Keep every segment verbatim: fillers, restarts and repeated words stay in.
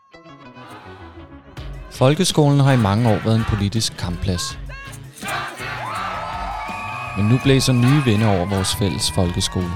Folkeskolen har i mange år været en politisk kampplads. Men nu blæser nye vinde over vores fælles folkeskole.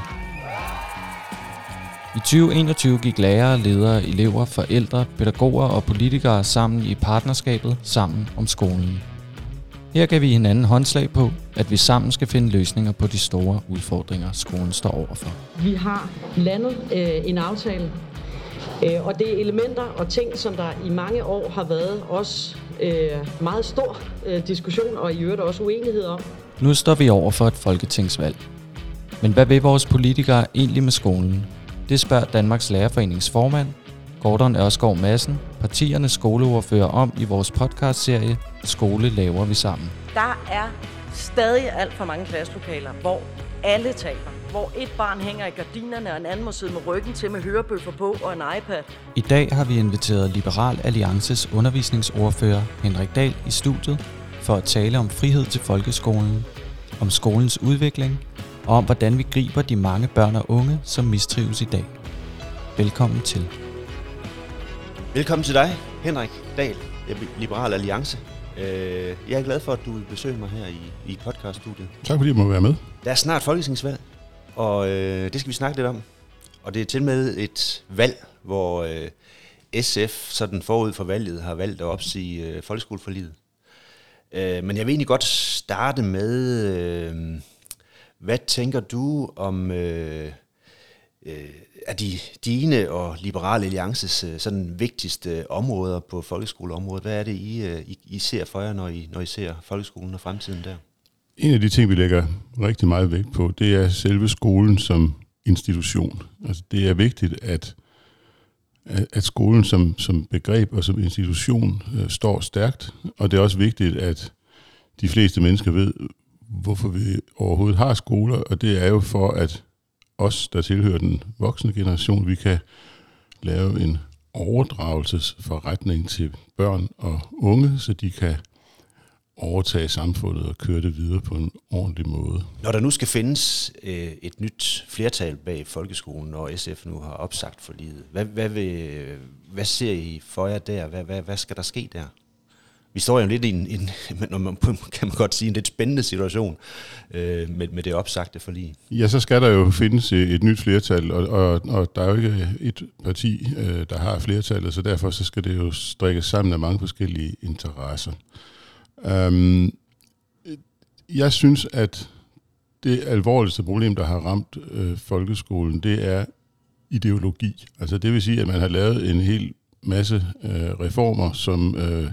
I tyve enogtyve gik lærere, ledere, elever, forældre, pædagoger og politikere sammen i partnerskabet Sammen om skolen. Her gav vi hinanden håndslag på, at vi sammen skal finde løsninger på de store udfordringer, skolen står overfor. Vi har landet øh, en aftale, øh, og det er elementer og ting, som der i mange år har været også øh, meget stor øh, diskussion og i øvrigt også uenighed om. Nu står vi over for et folketingsvalg. Men hvad vil vores politikere egentlig med skolen? Det spørger Danmarks Lærerforenings formand, Gordon Ørskov Madsen, partiernes skoleordfører om i vores podcastserie Skole laver vi sammen. Der er stadig alt for mange klasselokaler, hvor alle taler. Hvor et barn hænger i gardinerne, og en anden må sidde med ryggen til med hørebøffer på og en iPad. I dag har vi inviteret Liberal Alliances undervisningsordfører Henrik Dahl i studiet for at tale om frihed til folkeskolen, om skolens udvikling og om hvordan vi griber de mange børn og unge, som mistrives i dag. Velkommen til. Velkommen til dig, Henrik Dahl, Liberal Alliance. Jeg er glad for, at du vil besøge mig her i, i podcaststudiet. Tak fordi jeg må være med. Der er snart folketingsvalg, og øh, det skal vi snakke lidt om. Og det er til med et valg, hvor øh, S F sådan forud for valget har valgt at opsige øh, folkeskoleforliget. Øh, men jeg vil egentlig godt starte med, øh, hvad tænker du om øh, øh, er de dine og Liberal Alliances øh, sådan vigtigste områder på folkeskoleområdet? Hvad er det, I, øh, I, I ser for jer, når I, når I ser folkeskolen og fremtiden der? En af de ting, vi lægger rigtig meget vægt på, det er selve skolen som institution. Altså, det er vigtigt, at, at skolen som, som begreb og som institution øh, står stærkt, og det er også vigtigt, at de fleste mennesker ved, hvorfor vi overhovedet har skoler, og det er jo for, at os, der tilhører den voksne generation, vi kan lave en overdragelsesforretning til børn og unge, så de kan overtage samfundet og køre det videre på en ordentlig måde. Når der nu skal findes øh, et nyt flertal bag folkeskolen, og S F nu har opsagt forliget, hvad, hvad, vil, hvad ser I for jer der? Hvad, hvad, hvad skal der ske der? Vi står jo lidt i en, en når man, kan man godt sige, en lidt spændende situation øh, med, med det opsagte forlig. Ja, så skal der jo findes et nyt flertal, og, og, og der er jo ikke et parti, øh, der har flertallet, så derfor så skal det jo strikkes sammen af mange forskellige interesser. Um, jeg synes, at det alvorligste problem, der har ramt øh, folkeskolen, det er ideologi. Altså det vil sige, at man har lavet en hel masse øh, reformer, som øh,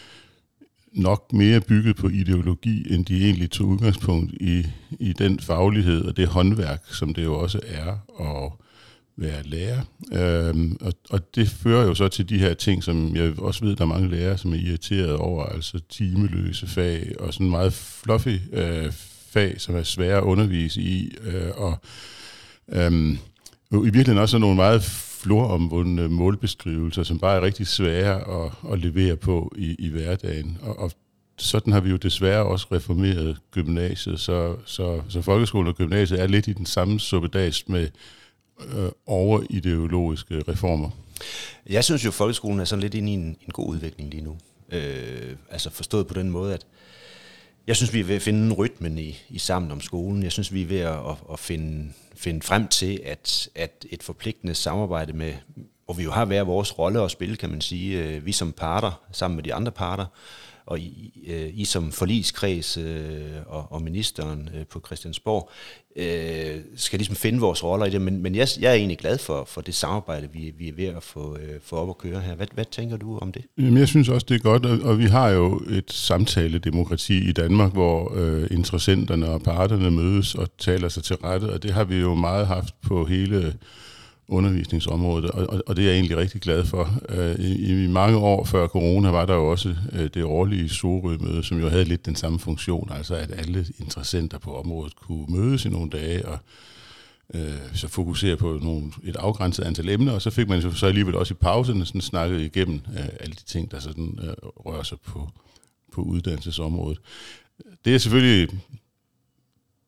nok mere bygget på ideologi, end de egentlig tog udgangspunkt i, i den faglighed og det håndværk, som det jo også er at være lærer. Øhm, og, og det fører jo så til de her ting, som jeg også ved, der er mange lærere, som er irriteret over, altså timeløse fag og sådan meget fluffy øh, fag, som er svære at undervise i, øh, og øhm, i virkeligheden også nogle meget floromvundne målbeskrivelser, som bare er rigtig svære at, at levere på i, i hverdagen. Og, og sådan har vi jo desværre også reformeret gymnasiet, så, så, så folkeskolen og gymnasiet er lidt i den samme suppedags med øh, overideologiske reformer. Jeg synes jo, at folkeskolen er sådan lidt inde i en, en god udvikling lige nu. Øh, altså forstået på den måde, at jeg synes, vi er ved at finde rytmen i, i Sammen om skolen. Jeg synes, vi er ved at, at, at finde, finde frem til, at, at et forpligtende samarbejde med, hvor vi jo har hver vores rolle at spille, kan man sige, vi som parter, sammen med de andre parter, og I, I som forligskreds og, og ministeren på Christiansborg, skal ligesom finde vores roller i det. Men, men jeg, jeg er egentlig glad for, for det samarbejde, vi, vi er ved at få, få op at køre her. Hvad, hvad tænker du om det? Jamen, jeg synes også, det er godt, og vi har jo et samtaledemokrati i Danmark, hvor øh, interessenterne og parterne mødes og taler sig til rette, og det har vi jo meget haft på hele undervisningsområdet, og, og det er jeg egentlig rigtig glad for. I, i mange år før corona var der jo også det årlige Sorø-møde, som jo havde lidt den samme funktion, altså at alle interessenter på området kunne mødes i nogle dage og øh, så fokusere på nogle, et afgrænset antal emner, og så fik man så alligevel også i pauserne sådan snakket igennem øh, alle de ting, der sådan øh, rører sig på, på uddannelsesområdet. Det er selvfølgelig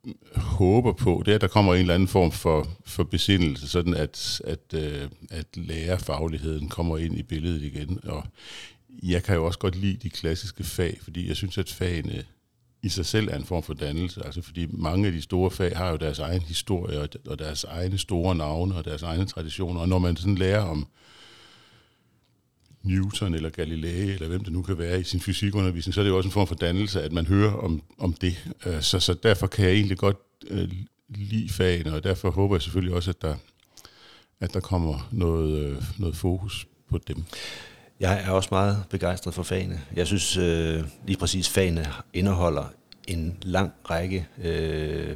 håber på, det er, at der kommer en eller anden form for, for besindelse, sådan at, at, at lærerfagligheden kommer ind i billedet igen. Og jeg kan jo også godt lide de klassiske fag, fordi jeg synes, at fagene i sig selv er en form for dannelse. Altså fordi mange af de store fag har jo deres egen historie, og deres egne store navne, og deres egne traditioner. Og når man sådan lærer om Newton eller Galilei, eller hvem det nu kan være i sin fysikundervisning, så er det jo også en form for dannelse, at man hører om, om det. Så, så derfor kan jeg egentlig godt øh, lide fagene, og derfor håber jeg selvfølgelig også, at der, at der kommer noget, øh, noget fokus på dem. Jeg er også meget begejstret for fagene. Jeg synes øh, lige præcis, fagene indeholder en lang række øh,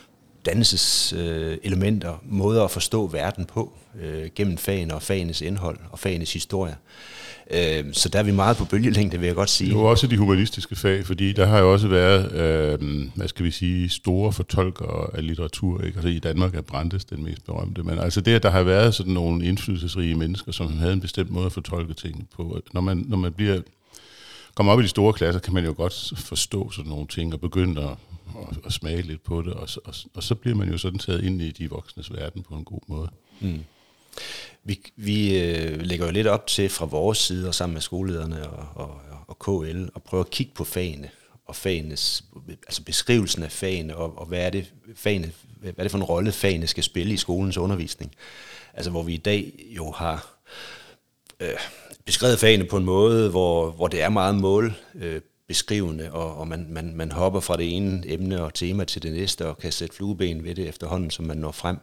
dannelseselementer, øh, måder at forstå verden på, øh, gennem fagene og fagenes indhold og fagenes historie. Øh, så der er vi meget på bølgelængde, vil jeg godt sige. Det er jo også de humanistiske fag, fordi der har jo også været, øh, hvad skal vi sige, store fortolkere af litteratur. Ikke? Altså i Danmark er Brandes den mest berømte, men altså det, at der har været sådan nogle indflydelsesrige mennesker, som havde en bestemt måde at fortolke tingene på. Når man, når man bliver, kommer op i de store klasser, kan man jo godt forstå sådan nogle ting og begynde at, at, at smage lidt på det, og, og, og så bliver man jo sådan taget ind i de voksnes verden på en god måde. Mm. Vi, vi øh, lægger jo lidt op til fra vores side og sammen med skolelederne og, og, og K L at prøve at kigge på fagene og fagenes, altså beskrivelsen af fagene og, og hvad er det fagene, hvad er det for en rolle fagene skal spille i skolens undervisning. Altså hvor vi i dag jo har øh, beskrevet fagene på en måde, hvor, hvor det er meget mål øh, beskrivende, og, og man, man, man hopper fra det ene emne og tema til det næste og kan sætte flueben ved det efterhånden, som man når frem.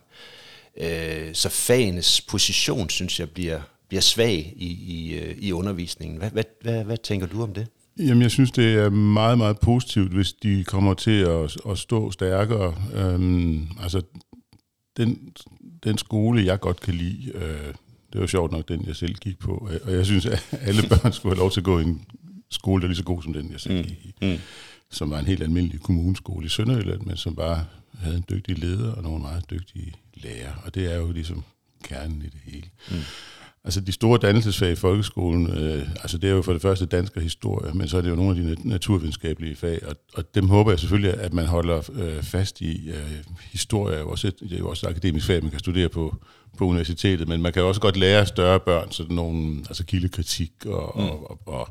Så fagenes position, synes jeg, bliver, bliver svag i, i, i undervisningen. Hvad, hvad, hvad, hvad tænker du om det? Jamen, jeg synes, det er meget, meget positivt, hvis de kommer til at, at stå stærkere. Øhm, altså, den, den skole, jeg godt kan lide, øh, det var sjovt nok den, jeg selv gik på. Og jeg synes, at alle børn skulle have lov til at gå i en skole, der er lige så god som den, jeg selv gik i. Mm. Mm. Som var en helt almindelig kommuneskole i Sønderjylland, men som bare havde en dygtig leder og nogle meget dygtige lærer, og det er jo ligesom kernen i det hele. Mm. Altså de store dannelsesfag i folkeskolen, øh, altså det er jo for det første dansk og historie, men så er det jo nogle af de naturvidenskabelige fag, og, og dem håber jeg selvfølgelig, at man holder øh, fast i. Øh, historie er jo også et, det er jo også et akademisk fag, man kan studere på, på universitetet, men man kan også godt lære større børn, sådan nogle, altså kildekritik og, mm. og, og, og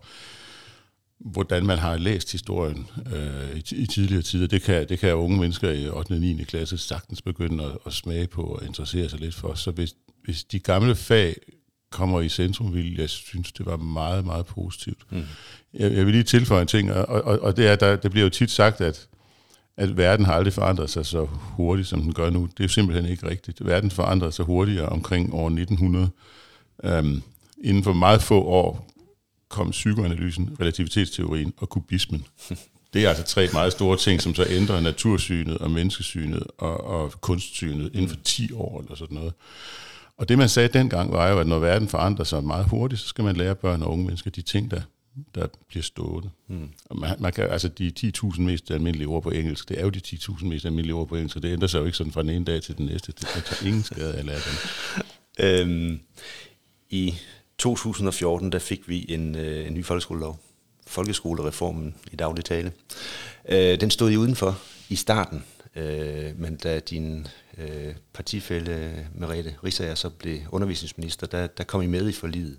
hvordan man har læst historien øh, i, i tidligere tider. Det kan, det kan unge mennesker i ottende og niende klasse sagtens begynde at, at smage på og interessere sig lidt for. Så hvis, hvis de gamle fag kommer i centrum, vil jeg synes, det var meget, meget positivt. Mm. Jeg, jeg vil lige tilføje en ting, og, og, og det er, der, der bliver jo tit sagt, at, at verden har aldrig forandret sig så hurtigt, som den gør nu. Det er jo simpelthen ikke rigtigt. Verden forandrede sig hurtigere omkring år nitten hundrede. Øhm, inden for meget få år kom psykoanalysen, relativitetsteorien og kubismen. Det er altså tre meget store ting, som så ændrer natursynet og menneskesynet og, og kunstsynet inden for ti år eller sådan noget. Og det man sagde dengang var jo, at når verden forandrer sig meget hurtigt, så skal man lære børn og unge mennesker de ting, der, der bliver stående. Mm. Og man, man kan, altså de ti tusind mest almindelige ord på engelsk, det er jo de ti tusind mest almindelige ord på engelsk, og det ændrer sig jo ikke sådan fra den ene dag til den næste. Det tager ingen skade af at lære dem. Øhm, I to tusind og fjorten, der fik vi en, øh, en ny folkeskolelov. Folkeskolereformen i daglig tale. Øh, den stod I udenfor i starten, øh, men da din øh, partifælle Merete Riisager så blev undervisningsminister, der, der kom I med i forliget.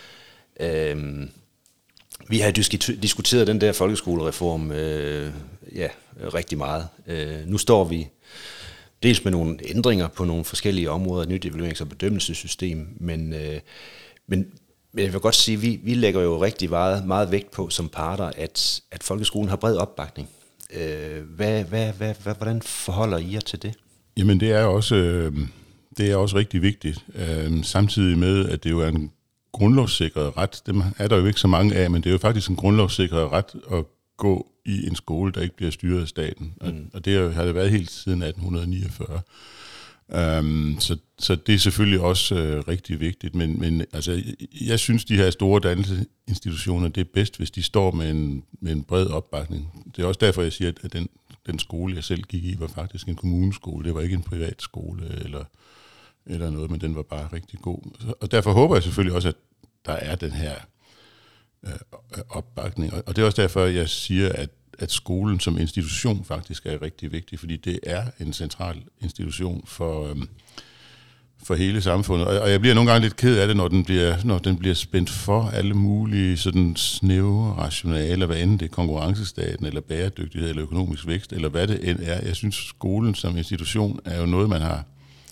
Øh, vi har diskuteret den der folkeskolereform øh, ja, rigtig meget. Øh, nu står vi dels med nogle ændringer på nogle forskellige områder, et nyt evaluerings- og bedømmelsessystem, men øh, Men, men jeg vil godt sige, at vi, vi lægger jo rigtig meget, meget vægt på som parter, at, at folkeskolen har bred opbakning. Øh, hvad, hvad, hvad, hvad, hvordan forholder I jer til det? Jamen det er også, øh, det er også rigtig vigtigt, øh, samtidig med, at det jo er en grundlovssikret ret. Dem er der jo ikke så mange af, men det er jo faktisk en grundlovssikret ret at gå i en skole, der ikke bliver styret af staten. Mm. Og, og det har det været helt siden atten niogfyrre. Um, så, så det er selvfølgelig også uh, rigtig vigtigt, men, men altså, jeg synes, de her store dannelsesinstitutioner, det er bedst, hvis de står med en, med en bred opbakning. Det er også derfor, jeg siger, at den, den skole, jeg selv gik i, var faktisk en kommuneskole. Det var ikke en privat skole eller, eller noget, men den var bare rigtig god. Og derfor håber jeg selvfølgelig også, at der er den her uh, opbakning. Og det er også derfor, jeg siger, at at skolen som institution faktisk er rigtig vigtig, fordi det er en central institution for, øhm, for hele samfundet. Og, og jeg bliver nogle gange lidt ked af det, når den bliver, når den bliver spændt for alle mulige sådan snævre rationaler, hvad end det er konkurrencestaten, eller bæredygtighed, eller økonomisk vækst, eller hvad det end er. Jeg synes, skolen som institution er jo noget, man har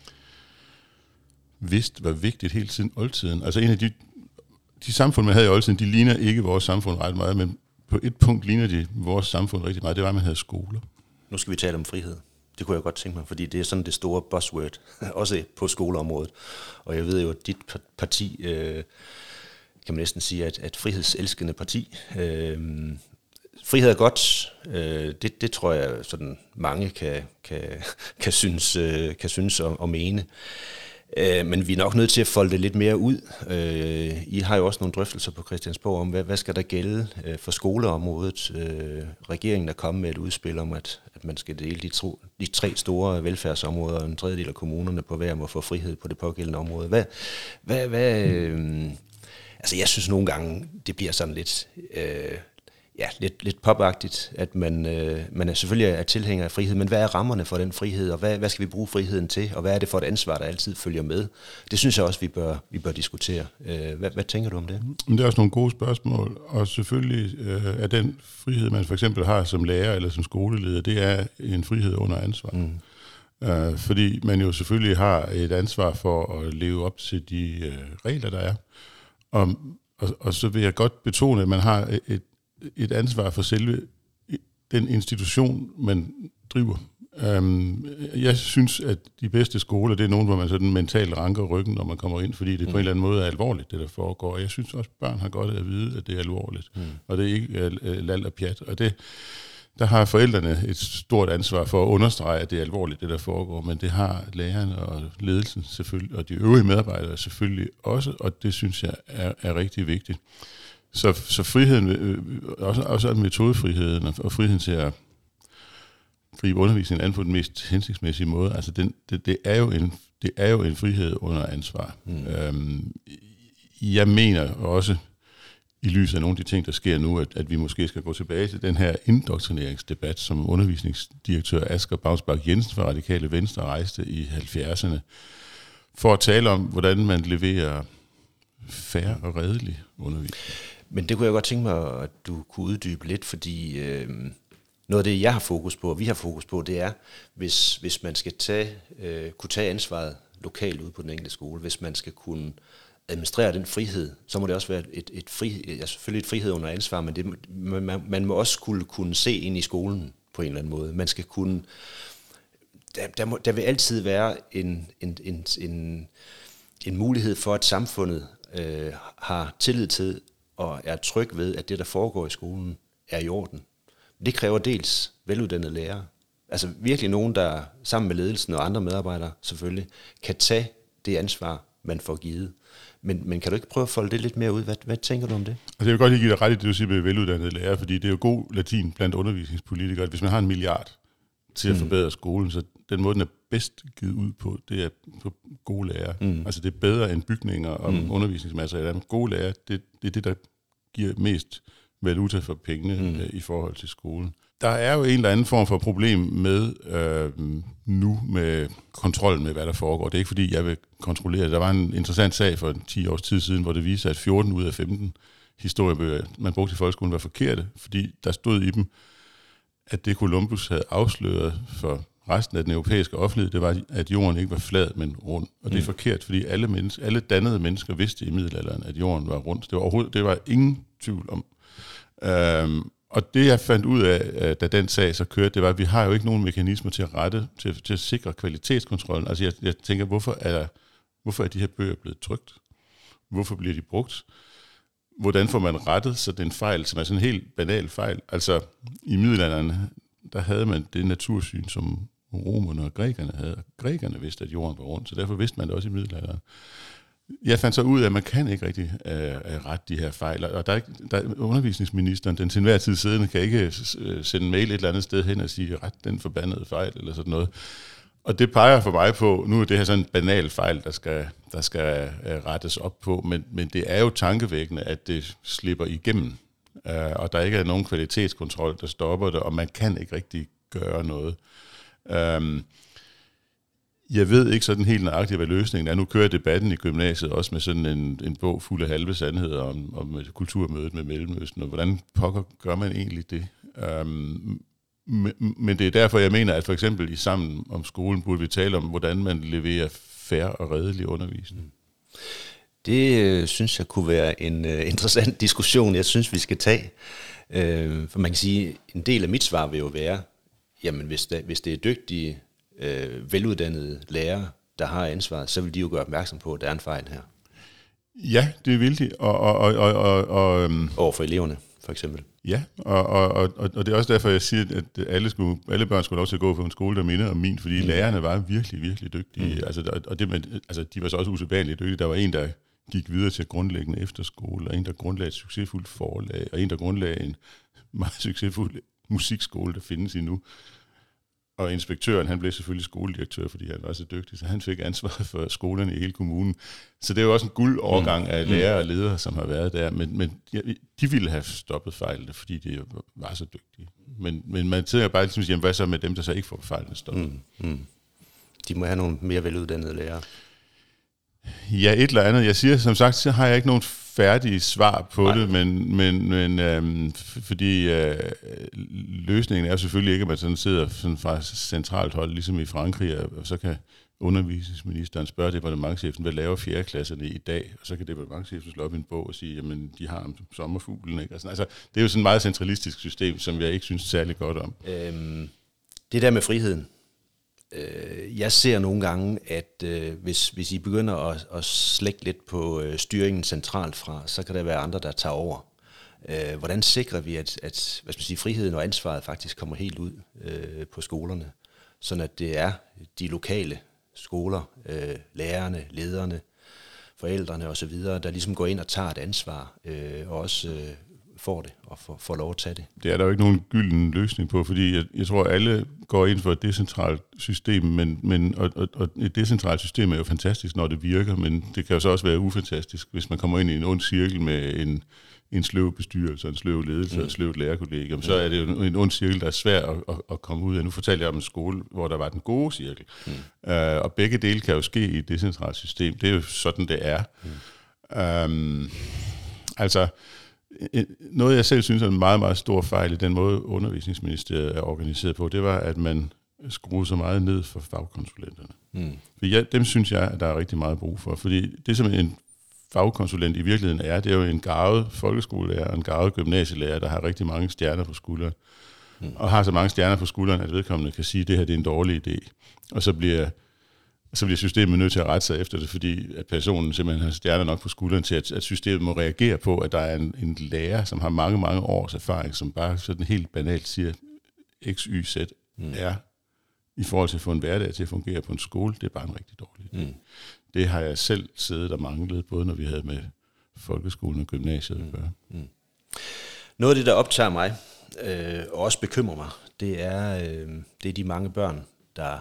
vidst var vigtigt hele tiden oldtiden. Altså en af de, de samfund, man havde i oldtiden, de ligner ikke vores samfund ret meget, men på et punkt ligner de vores samfund rigtig meget. Det var, at man havde skoler. Nu skal vi tale om frihed. Det kunne jeg godt tænke mig, fordi det er sådan det store buzzword, også på skoleområdet. Og jeg ved jo, at dit parti, øh, kan man næsten sige, at et frihedselskende parti. Øh, frihed er godt. Øh, det, det tror jeg, sådan mange kan, kan, kan synes, øh, kan synes og, og mene. Men vi er nok nødt til at folde det lidt mere ud. I har jo også nogle drøftelser på Christiansborg om, hvad, hvad skal der gælde for skoleområdet. Regeringen er kommet med et udspil om, at, at man skal dele de, tro, de tre store velfærdsområder, og en tredjedel af kommunerne på hver må få frihed på det pågældende område. Hvad, hvad, hvad, øh, altså jeg synes nogle gange, det bliver sådan lidt... Øh, Ja, lidt, lidt popagtigt, at man, øh, man er selvfølgelig er tilhænger af frihed, men hvad er rammerne for den frihed, og hvad, hvad skal vi bruge friheden til, og hvad er det for et ansvar, der altid følger med? Det synes jeg også, vi bør, vi bør diskutere. Øh, hvad, hvad tænker du om det? Det er også nogle gode spørgsmål, og selvfølgelig øh, er den frihed, man for eksempel har som lærer eller som skoleleder, det er en frihed under ansvar. Mm. Øh, fordi man jo selvfølgelig har et ansvar for at leve op til de øh, regler, der er. Og, og, og så vil jeg godt betone, at man har et et ansvar for selve den institution, man driver. Um, jeg synes, at de bedste skoler, det er nogen, hvor man sådan mentalt ranker ryggen, når man kommer ind, fordi det mm. på en eller anden måde er alvorligt, det der foregår. Og jeg synes også, at børn har godt at vide, at det er alvorligt, mm. og det er ikke lald og pjat. Og det, der har forældrene et stort ansvar for at understrege, at det er alvorligt, det der foregår, men det har lærerne og ledelsen selvfølgelig, og de øvrige medarbejdere selvfølgelig også, og det synes jeg er, er rigtig vigtigt. Så, så friheden, øh, også, også metodefriheden og friheden til at gribe undervisningen an på den mest hensigtsmæssige måde, altså den, det, det, er jo en, det er jo en frihed under ansvar. Mm. Øhm, jeg mener også, i lyset af nogle af de ting, der sker nu, at, at vi måske skal gå tilbage til den her indoktrineringsdebat, som undervisningsdirektør Asger Bagsbak Jensen fra Radikale Venstre rejste i halvfjerdserne, for at tale om, hvordan man leverer fair og redelig undervisning. Men det kunne jeg godt tænke mig, at du kunne uddybe lidt, fordi øh, noget af det, jeg har fokus på, og vi har fokus på, det er, hvis, hvis man skal tage, øh, kunne tage ansvaret lokalt ude på den enkelte skole, hvis man skal kunne administrere den frihed, så må det også være et, et fri, ja, selvfølgelig et frihed under ansvar, men det, man, man må også skulle kunne se ind i skolen på en eller anden måde. Man skal kunne, der, der, må, der vil altid være en, en, en, en, en mulighed for, at samfundet øh, har tillid til og er tryg ved, at det, der foregår i skolen, er i orden. Det kræver dels veluddannede lærere, altså virkelig nogen, der sammen med ledelsen og andre medarbejdere selvfølgelig, kan tage det ansvar, man får givet. Men, men kan du ikke prøve at folde det lidt mere ud? Hvad, hvad tænker du om det? Altså jeg vil godt lige give dig ret i det, du siger med veluddannede lærere, fordi det er jo god latin blandt undervisningspolitikere, at hvis man har en milliard til at forbedre skolen, så den måde, den er bedst givet ud på, det er på gode lærere. Mm. Altså det er bedre end bygninger og mm. undervisningsmaterialer. Gode lærere, det, det er det, der giver mest valuta for pengene mm. øh, i forhold til skolen. Der er jo en eller anden form for problem med øh, nu med kontrollen med, hvad der foregår. Det er ikke fordi, jeg vil kontrollere det. Der var en interessant sag for ti års tid siden, hvor det viste sig, at fjorten ud af femten historiebøger, man brugte i folkeskolen, var forkerte, fordi der stod i dem, at det Columbus havde afsløret for resten af den europæiske offentlighed, det var, at jorden ikke var flad, men rund. Og det er mm. forkert, fordi alle, mennesker, alle dannede mennesker vidste i middelalderen, at jorden var rund. Det var overhovedet, det var ingen tvivl om. Øhm, og det, jeg fandt ud af, da den sag så kørte, det var, at vi har jo ikke nogen mekanismer til at rette, til, til at sikre kvalitetskontrollen. Altså jeg, jeg tænker, hvorfor er, der, hvorfor er de her bøger blevet trykt? Hvorfor bliver de brugt? Hvordan får man rettet så den fejl, som er sådan en helt banal fejl? Altså i middelalderen, der havde man det natursyn, som romerne og grækerne havde. Grækerne vidste, at jorden var rund, så derfor vidste man det også i middelalderen. Jeg fandt så ud af, at man kan ikke rigtig uh, rette de her fejl, og der er ikke, der, undervisningsministeren, den til enhver tid siddende, kan ikke sende mail et eller andet sted hen og sige, ret den forbandede fejl, eller sådan noget. Og det peger for mig på, nu er det her sådan en banal fejl, der skal, der skal uh, rettes op på, men, men det er jo tankevækkende, at det slipper igennem. øh, og der ikke er nogen kvalitetskontrol, der stopper det, og man kan ikke rigtig gøre noget. Øh, Jeg ved ikke sådan helt nøjagtigt, hvad løsningen er. Nu kører debatten i gymnasiet også med sådan en, en bog fuld af halve sandheder om, om kulturmødet med Mellemøsten, og hvordan pokker gør man egentlig det? Um, men det er derfor, jeg mener, at for eksempel i Sammen om skolen burde vi tale om, hvordan man leverer fair og redelig undervisning. Det øh, synes jeg kunne være en øh, interessant diskussion, jeg synes, vi skal tage. Øh, for man kan sige, en del af mit svar vil jo være, jamen hvis det, hvis det er dygtige, Øh, veluddannede lærere, der har ansvaret, så vil de jo gøre opmærksom på, at der er en fejl her. Ja, det vil de. Og, og, og, og, og, og, um, over for eleverne, for eksempel. Ja, og, og, og, og det er også derfor, jeg siger, at alle, skulle, alle børn skulle lov til at gå på en skole, der minder om min, fordi mm. lærerne var virkelig, virkelig dygtige. Mm. Altså, og det, altså, de var så også usædvanligt dygtige. Der var en, der gik videre til grundlæggende efterskole, og en, der grundlagde et succesfuldt forlag, og en, der grundlagde en meget succesfuld musikskole, der findes endnu. Og inspektøren, han blev selvfølgelig skoledirektør, fordi han var så dygtig, så han fik ansvaret for skolerne i hele kommunen. Så det er jo også en guldovergang af lærere og ledere, som har været der, men, men de ville have stoppet fejlene, fordi de var så dygtige. Men, men man tænker bare ligesom, jamen, hvad så med dem, der så ikke får fejlene stoppet? Mm, mm. De må have nogle mere veluddannede lærere. Ja, et eller andet. Jeg siger, som sagt, så har jeg ikke nogen færdige svar på Nej. det, men, men, men øhm, fordi øh, løsningen er jo selvfølgelig ikke, at man sådan sidder sådan fra centralt hold, ligesom i Frankrig, og så kan undervisningsministeren spørge departementschefen, hvad laver fjerdeklasserne i dag? Og så kan departementschefen slå op i en bog og sige, jamen, de har om sommerfuglen, ikke? Altså, altså, det er jo sådan et meget centralistisk system, som jeg ikke synes særlig godt om. Øhm, det der med friheden. Jeg ser nogle gange, at øh, hvis, hvis I begynder at, at slække lidt på øh, styringen centralt fra, så kan der være andre, der tager over. Øh, hvordan sikrer vi, at, at hvad skal man sige, friheden og ansvaret faktisk kommer helt ud øh, på skolerne, sådan at det er de lokale skoler, øh, lærerne, lederne, forældrene osv., der ligesom går ind og tager et ansvar, øh, og også øh, får det og får, får lov at tage det. Det er der jo ikke nogen gylden løsning på, fordi jeg, jeg tror, alle går ind for et decentralt system, men, men, og, og, og et decentralt system er jo fantastisk, når det virker, men det kan jo så også være ufantastisk, hvis man kommer ind i en ond cirkel med en, en sløv bestyrelse, en sløv ledelse mm. og et sløvt lærerkollegium, så er det jo en ond cirkel, der er svær at, at, at komme ud af. Nu fortalte jeg om en skole, hvor der var den gode cirkel, mm. uh, og begge dele kan jo ske i et decentralt system. Det er jo sådan, det er. Mm. Um, altså, noget, jeg selv synes er en meget, meget stor fejl i den måde, undervisningsministeriet er organiseret på, det var, at man skruede så meget ned for fagkonsulenterne. Mm. For ja, dem synes jeg, at der er rigtig meget brug for. Fordi det, som en fagkonsulent i virkeligheden er, det er jo en garvet folkeskolelærer og en garvet gymnasielærer, der har rigtig mange stjerner på skulderen. Mm. Og har så mange stjerner på skulderen, at vedkommende kan sige, at det her det er en dårlig idé. Og så bliver så bliver systemet nødt til at rette sig efter det, fordi at personen simpelthen har stjerner nok på skulderen til, at, at systemet må reagere på, at der er en, en lærer, som har mange, mange års erfaring, som bare sådan helt banalt siger, X, Y, Z mm. er i forhold til at få en hverdag til at fungere på en skole, det er bare en rigtig dårlig idé. Mm. Det har jeg selv siddet og manglet, både når vi havde med folkeskolen og gymnasiet at gøre. Mm. Mm. Noget af det, der optager mig, øh, og også bekymrer mig, det er, øh, det er de mange børn, der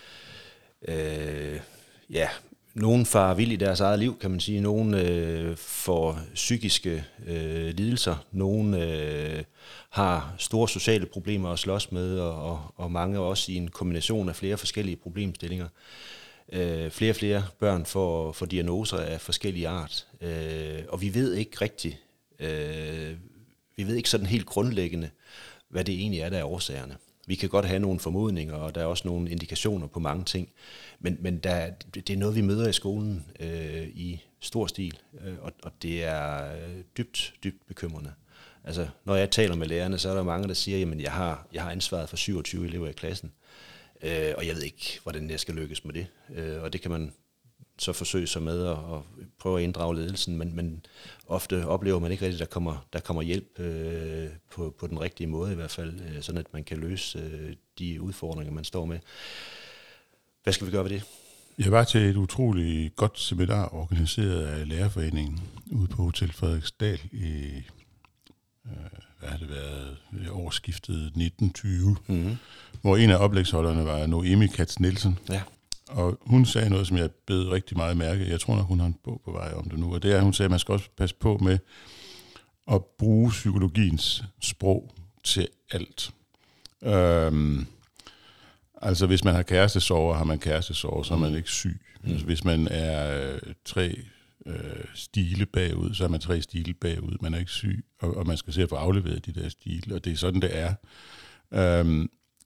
Øh, ja, nogen farer vild i deres eget liv, kan man sige. Nogen øh, får psykiske øh, lidelser. Nogen øh, har store sociale problemer at slås med, og, og, og mange også i en kombination af flere forskellige problemstillinger. Øh, flere og flere børn får, får diagnoser af forskellige art. Øh, og vi ved ikke rigtigt, øh, vi ved ikke sådan helt grundlæggende, hvad det egentlig er, der er årsagerne. Vi kan godt have nogle formodninger, og der er også nogle indikationer på mange ting, men, men der, det er noget, vi møder i skolen øh, i stor stil, øh, og, og det er dybt, dybt bekymrende. Altså, når jeg taler med lærerne, så er der mange, der siger, jamen jeg har, jeg har ansvaret for syvogtyve elever i klassen, øh, og jeg ved ikke, hvordan jeg skal lykkes med det, øh, og det kan man så forsøge sig med at, at prøve at inddrage ledelsen, men, men ofte oplever man ikke rigtigt, at der kommer, der kommer hjælp øh, på, på den rigtige måde i hvert fald, øh, sådan at man kan løse øh, de udfordringer, man står med. Hvad skal vi gøre ved det? Jeg var til et utroligt godt seminar, organiseret af Lærerforeningen, ude på Hotel Frederiksdal i, øh, hvad har det været, årsskiftet nitten tyve, mm-hmm. hvor en af oplægsholderne var Noemi Katz Nielsen. Ja. Og hun sagde noget, som jeg bed rigtig meget mærke. Jeg tror nok, hun har en bog på vej om det nu. Og det er, at hun sagde, at man skal også passe på med at bruge psykologiens sprog til alt. Øhm, altså hvis man har kærestesorger, har man kærestesorger, så er man ikke syg. Mm. Altså, hvis man er øh, tre øh, stile bagud, så er man tre stile bagud. Man er ikke syg, og, og man skal se at få afleveret de der stile, og det er sådan, det er. Øhm,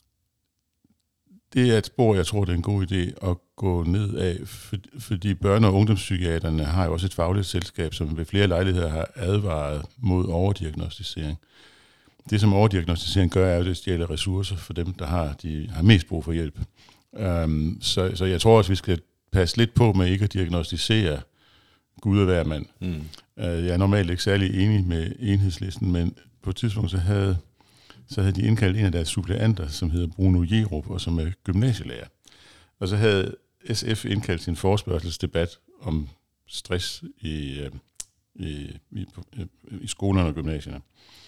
det er et spor, jeg tror, det er en god idé at gå ned af, for, fordi børne- og ungdomspsykiaterne har jo også et fagligt selskab, som ved flere lejligheder har advaret mod overdiagnostisering. Det, som overdiagnostisering gør, er, at det stjæler ressourcer for dem, der har, de har mest brug for hjælp. Um, så, så jeg tror også, vi skal passe lidt på med ikke at diagnostisere Gud og hver mand. Mm. Uh, jeg er normalt ikke særlig enig med Enhedslisten, men på et tidspunkt så havde, så havde de indkaldt en af deres suppleanter, som hedder Bruno Jerup, og som er gymnasielærer. Og så havde S F indkaldt sin forespørgselsdebat om stress i, i, i, i skolerne og gymnasierne.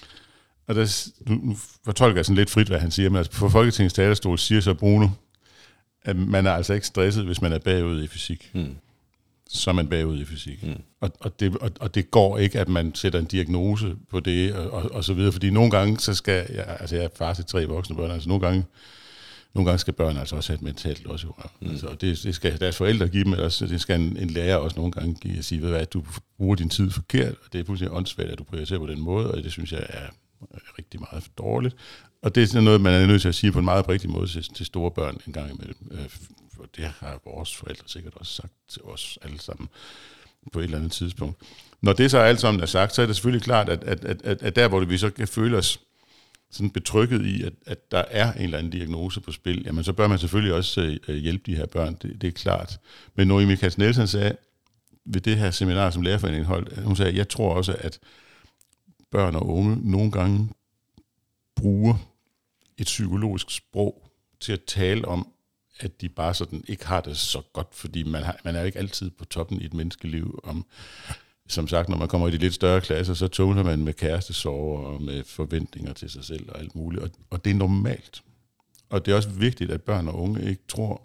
Og der, nu fortolker jeg sådan lidt frit, hvad han siger, men altså på Folketingets talerstol siger så Bruno, at man er altså ikke stresset, hvis man er bagud i fysik. Mm. Så er man bagud i fysik. Mm. Og, og, det, og, og det går ikke, at man sætter en diagnose på det, og, og, og så videre, fordi nogle gange, så skal jeg, altså jeg er far til tre voksne børn, altså nogle gange, nogle gange skal børn altså også have et mentalt også. Mm. Altså, det, det skal deres forældre give dem, altså det skal en, en lærer også nogle gange give og sige, ved hvad, du bruger din tid forkert, og det er fuldstændig åndssvagt, at du prioriterer på den måde, og det synes jeg er rigtig meget for dårligt. Og det er sådan noget, man er nødt til at sige på en meget rigtig måde til, til store børn en gang imellem. For det har vores forældre sikkert også sagt til os alle sammen på et eller andet tidspunkt. Når det så alt sammen er sagt, så er det selvfølgelig klart, at, at, at, at, at der, hvor vi så kan føle os sådan betrykket i, at, at der er en eller anden diagnose på spil, jamen så bør man selvfølgelig også uh, hjælpe de her børn, det, det er klart. Men Noemi Katz Nielsen sagde ved det her seminar, som Lærerforeningen holdt, hun sagde, jeg tror også, at børn og unge nogle gange bruger et psykologisk sprog til at tale om, at de bare sådan ikke har det så godt, fordi man, har, man er jo ikke altid på toppen i et menneskeliv. Om, som sagt, når man kommer i de lidt større klasser, så tumler man med kærestesorger og med forventninger til sig selv og alt muligt, og, og det er normalt. Og det er også vigtigt, at børn og unge ikke tror,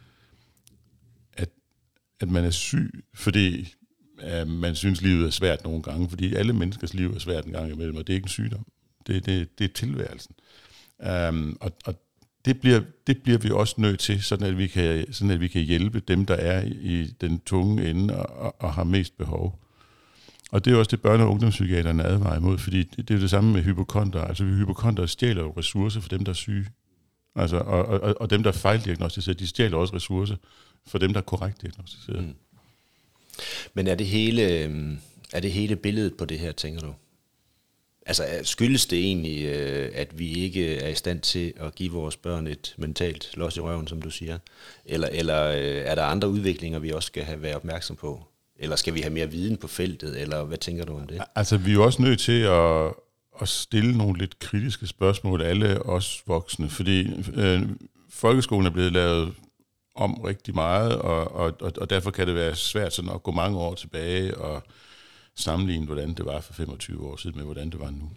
at, at man er syg, fordi at man synes, livet er svært nogle gange, fordi alle menneskers liv er svært en gang imellem, og det er ikke en sygdom. Det, det, det er tilværelsen. Um, og, og det bliver, det bliver vi også nødt til, sådan at vi kan, sådan at vi kan hjælpe dem, der er i den tunge ende og, og, og har mest behov. Og det er også det, børne- og ungdomspsykiaterne advarer imod, fordi det, det er det samme med hypokonder. Altså hypokonder stjæler jo ressourcer for dem, der er syge. Altså, og, og, og dem, der er fejldiagnostiseret, de stjæler også ressourcer for dem, der er korrekt diagnostiseret. Mm. Men er det hele, er det hele billedet på det her, tænker du? Altså skyldes det egentlig, at vi ikke er i stand til at give vores børn et mentalt los i røven, som du siger? Eller, eller er der andre udviklinger, vi også skal have været opmærksom på? Eller skal vi have mere viden på feltet? Eller hvad tænker du om det? Altså vi er jo også nødt til at, at stille nogle lidt kritiske spørgsmål, alle os voksne, fordi øh, folkeskolen er blevet lavet om rigtig meget, og, og, og derfor kan det være svært sådan at gå mange år tilbage og sammenligne, hvordan det var for femogtyve år siden med, hvordan det var nu.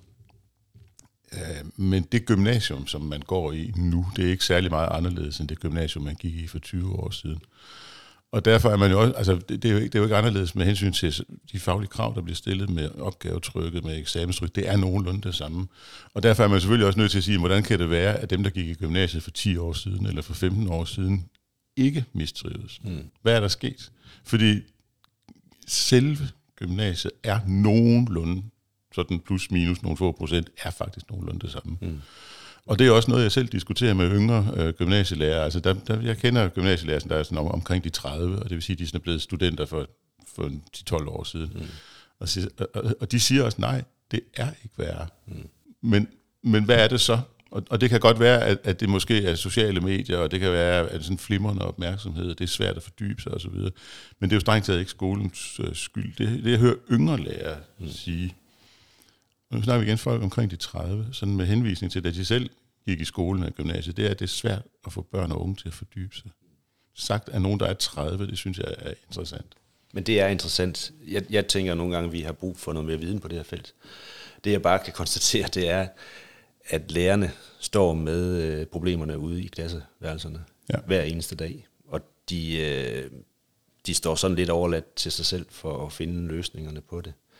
Men det gymnasium, som man går i nu, det er ikke særlig meget anderledes end det gymnasium, man gik i for tyve år siden. Og derfor er man jo også, altså det er jo ikke, det er jo ikke anderledes med hensyn til de faglige krav, der bliver stillet med opgavetrykket, med eksamenstryk. Det er nogenlunde det samme. Og derfor er man selvfølgelig også nødt til at sige, hvordan kan det være, at dem, der gik i gymnasiet for ti år siden, eller for femten år siden, ikke mistrives? Mm. Hvad er der sket? Fordi selve gymnasiet er nogenlunde, sådan plus minus nogle få procent, er faktisk nogenlunde det samme. Mm. Og det er også noget, jeg selv diskuterer med yngre øh, gymnasielærer. Altså, der, der, jeg kender gymnasielærer, der er sådan om, omkring de tredive, og det vil sige, at de er blevet studenter for, for ti til tolv år siden. Mm. Og, og, og de siger også, nej, det er ikke værre. Mm. Men, men hvad er det så? Og, og det kan godt være, at, at det måske er sociale medier, og det kan være, at det er sådan flimrende opmærksomhed, det er svært at fordybe sig osv. Men det er jo strengt taget ikke skolens øh, skyld. Det, det jeg hører yngre lærere mm. sige. Og nu snakker vi igen folk omkring de tredive, sådan med henvisning til, at de selv gik i skolen og gymnasiet, det er, at det er svært at få børn og unge til at fordybe sig. Sagt af nogen, der er tredive, det synes jeg er interessant. Men det er interessant. Jeg, jeg tænker nogle gange, at vi har brug for noget mere viden på det her felt. Det jeg bare kan konstatere, det er, at lærerne står med øh, problemerne ude i klasseværelserne ja. hver eneste dag. Og de, øh, de står sådan lidt overladt til sig selv for at finde løsningerne på det.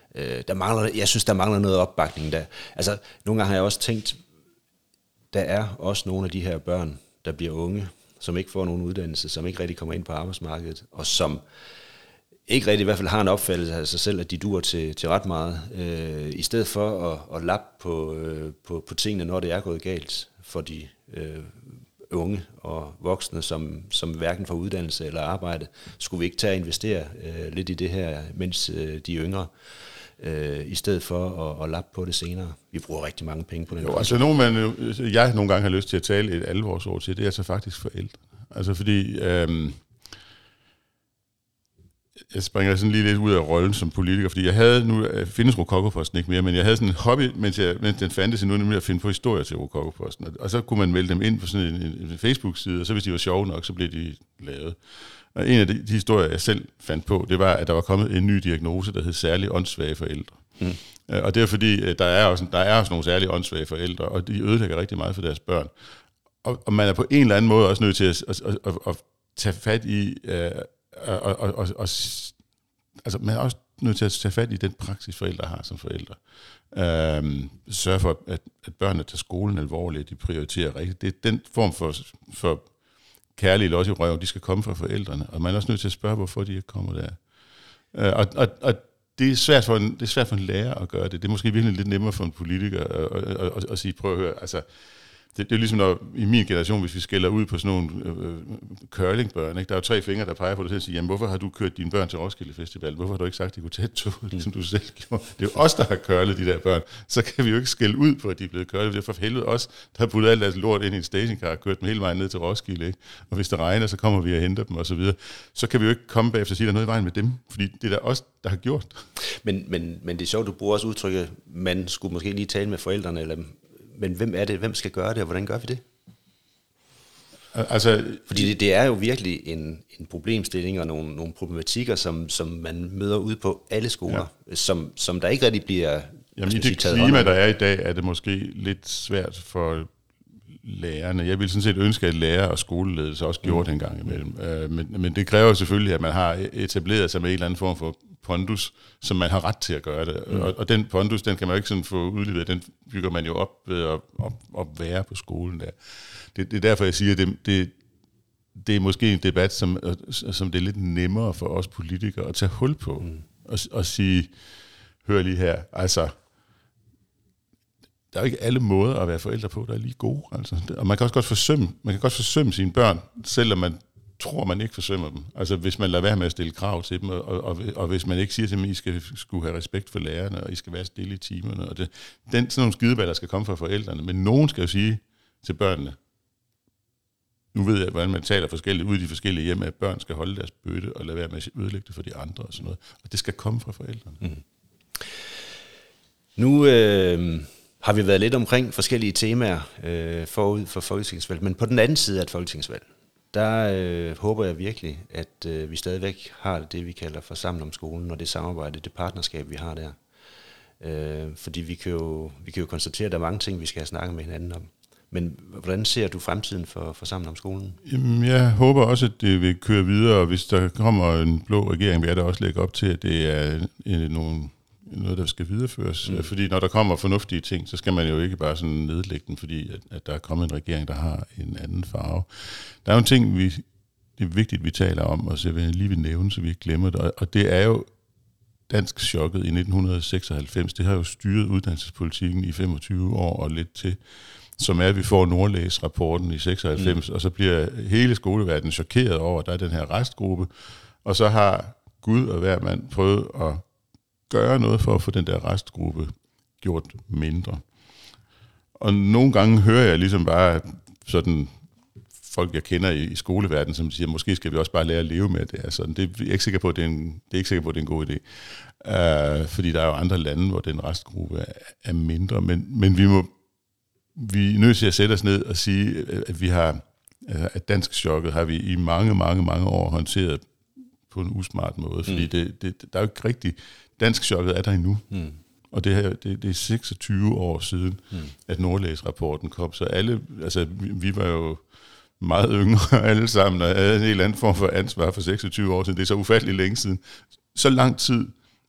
Øh, der mangler, jeg synes, der mangler noget opbakning der. Altså, nogle gange har jeg også tænkt, der er også nogle af de her børn, der bliver unge, som ikke får nogen uddannelse, som ikke rigtig kommer ind på arbejdsmarkedet, og som ikke rigtig i hvert fald har en opfattelse af sig selv, at de dur til, til ret meget, øh, i stedet for at, at lappe på, øh, på, på tingene, når det er gået galt for de øh, unge og voksne, som, som hverken får uddannelse eller arbejde. Skulle vi ikke tage og investere øh, lidt i det her, mens øh, de er yngre, øh, i stedet for at, at lappe på det senere? Vi bruger rigtig mange penge på det. Jo, altså nogen, man, jeg nogle gange har lyst til at tale et alvorsord til, det er altså faktisk forældre. Altså fordi... Øh, Jeg springer sådan lige lidt ud af rollen som politiker, fordi jeg havde, nu findes Rokokoposten ikke mere, men jeg havde sådan en hobby, mens, jeg, mens den fandtes endnu, nemlig at finde på historier til Rokokoposten. Og så kunne man melde dem ind på sådan en, en Facebook-side, og så hvis de var sjove nok, så blev de lavet. Og en af de, de historier, jeg selv fandt på, det var, at der var kommet en ny diagnose, der hed særlig åndssvage forældre. Mm. Og det er fordi, der er, også, der er også nogle særlige åndssvage forældre, og de ødelægger rigtig meget for deres børn. Og, og man er på en eller anden måde også nødt til at, at, at, at, at tage fat i... Uh, Og, og, og, og, altså, man er også nødt til at tage fat i den praksis, forældre har som forældre. Øhm, sørge for, at, at børnene tager skolen alvorligt, de prioriterer rigtigt. Det er den form for, for kærlige los i røven, de skal komme fra forældrene. Og man er også nødt til at spørge, hvorfor de ikke kommer der. Øh, og, og, og det er svært for en, det er svært for en lærer at gøre det. Det er måske virkelig lidt nemmere for en politiker at, at, at, at sige, prøv at høre, altså... Det, det er ligesom når, i min generation, hvis vi skælder ud på sådan nogle øh, curlingbørn, ikke? Der er jo tre fingre, der peger på det til at sige, jamen hvorfor har du kørt dine børn til Roskilde Festival? Hvorfor har du ikke sagt, at de kunne tage et tog, ligesom du selv gjorde? Det er jo os, der har curlet de der børn. Så kan vi jo ikke skælde ud på, at de er blevet curlet. Det er for helvede os, der har puttet alt deres lort ind i en stationcar og kørt dem hele vejen ned til Roskilde. Ikke? Og hvis det regner, så kommer vi og henter dem og så videre. Så kan vi jo ikke komme bagefter og sige, at der er noget i vejen med dem, fordi det er der os, der har gjort. Men, men, men det er sjovt, du bruger også udtrykket, man skulle måske lige tale med forældrene, eller, men hvem er det, hvem skal gøre det, og hvordan gør vi det? Altså, fordi det, det er jo virkelig en, en problemstilling og nogle, nogle problematikker, som, som man møder ude på alle skoler, ja. som, som der ikke rigtig bliver... Jamen i det klima, der er i dag, er det måske lidt svært for lærerne. Jeg vil sådan set ønske, at lærer og skoleledelse også gjorde det en gang imellem. Mm. Men, men det kræver selvfølgelig, at man har etableret sig med en eller anden form for pondus, som man har ret til at gøre det. Mm. Og, og den pondus, den kan man jo ikke sådan få udleveret, den bygger man jo op ved at, at, at være på skolen der. Det, det er derfor, jeg siger, at det, det, det er måske en debat, som, som det er lidt nemmere for os politikere at tage hul på. Mm. Og, og sige, hør lige her, altså, der er jo ikke alle måder at være forældre på, der er lige gode. Altså. Og man kan også godt forsømme, man kan godt forsømme sine børn, selvom man tror, man ikke forsømmer dem. Altså hvis man lader være med at stille krav til dem, og, og, og hvis man ikke siger til dem, at I skal skulle have respekt for lærerne, og I skal være stille i timerne. Og det, den, sådan nogle skideballer skal komme fra forældrene, men nogen skal jo sige til børnene, nu ved jeg, hvordan man taler forskelligt ud i de forskellige hjem, at børn skal holde deres bøtte og lade være med at ødelægge det for de andre og sådan noget. Og det skal komme fra forældrene. Mm. Nu øh, har vi været lidt omkring forskellige temaer øh, forud for folketingsvalg, men på den anden side af et folketingsvalg, der øh, håber jeg virkelig, at øh, vi stadigvæk har det, vi kalder for Sammen om skolen, og det samarbejde, det partnerskab, vi har der. Øh, fordi vi kan, jo, vi kan jo konstatere, at der er mange ting, vi skal have snakket med hinanden om. Men hvordan ser du fremtiden for, for Sammen om skolen? Jamen, jeg håber også, at det vil køre videre, og hvis der kommer en blå regering, vil jeg da også lægge op til, at det er en, nogle, noget, der skal videreføres. Mm. Fordi når der kommer fornuftige ting, så skal man jo ikke bare sådan nedlægge den, fordi at, at der er kommet en regering, der har en anden farve. Der er jo en ting, vi, det er vigtigt, vi taler om, og så vil jeg lige vil nævne, så vi ikke glemmer det, og det er jo dansk chokket i nitten seksoghalvfems. Det har jo styret uddannelsespolitikken i femogtyve år og lidt til, som er, at vi får Nordlæs-rapporten i seksoghalvfems, mm. og så bliver hele skoleverdenen chokeret over, at der er den her restgruppe, og så har Gud og hver mand prøvet at gøre noget for at få den der restgruppe gjort mindre. Og nogle gange hører jeg ligesom bare sådan folk, jeg kender i, i skoleverdenen, som siger, måske skal vi også bare lære at leve med det. Altså, det er jeg ikke sikker på, at det er en, det er ikke sikker på, at det er en god idé. Uh, fordi der er jo andre lande, hvor den restgruppe er, er mindre, men, men vi må Vi er nødt til at sætte os ned og sige, at vi har, at dansk chokket har vi i mange, mange, mange år håndteret på en usmart måde, fordi mm. det, det, der er jo ikke rigtigt, dansk chokket er der endnu. Mm. Og det, her, det, det er seksogtyve år siden, mm. at Nordlæs-rapporten kom, så alle, altså vi, vi var jo meget yngre alle sammen, og havde en helt anden form for ansvar for seksogtyve år siden. Det er så ufattelig længe siden. Så lang tid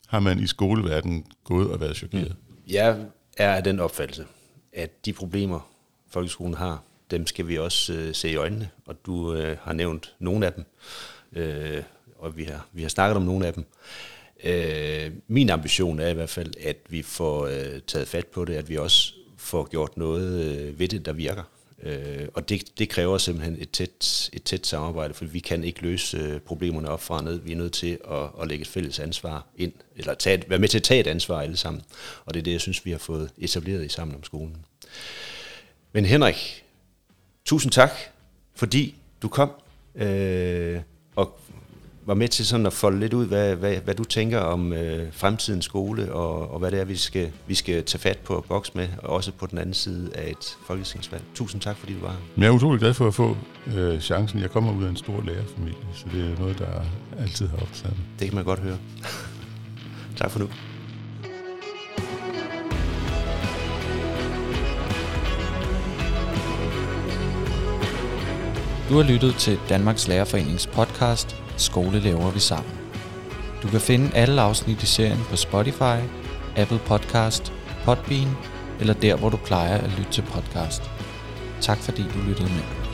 har man i skoleverdenen gået og været chokeret? Mm. Jeg er af den opfattelse, at de problemer, folkeskolen har, dem skal vi også øh, se i øjnene, og du øh, har nævnt nogle af dem, øh, og vi har, vi har snakket om nogle af dem. Øh, min ambition er i hvert fald, at vi får øh, taget fat på det, at vi også får gjort noget øh, ved det, der virker. Øh, og det, det kræver simpelthen et tæt, et tæt samarbejde, for vi kan ikke løse øh, problemerne op fra og ned. Vi er nødt til at, at lægge et fælles ansvar ind, eller tage et, være med til at tage et ansvar alle sammen. Og det er det, jeg synes, vi har fået etableret i Sammen om skolen. Men Henrik, tusind tak, fordi du kom øh, og var med til sådan at folde lidt ud, hvad, hvad, hvad du tænker om øh, fremtidens skole, og, og hvad det er, vi skal, vi skal tage fat på og bokse med, og også på den anden side af et folketingsvalg. Tusind tak, fordi du var her. Jeg er utrolig glad for at få øh, chancen. Jeg kommer ud af en stor lærerfamilie, så det er noget, der altid har optaget mig. Det kan man godt høre. Tak for nu. Du har lyttet til Danmarks Lærerforenings podcast Skole laver vi sammen. Du kan finde alle afsnit i serien på Spotify, Apple Podcast, Podbean eller der, hvor du plejer at lytte til podcast. Tak fordi du lyttede med.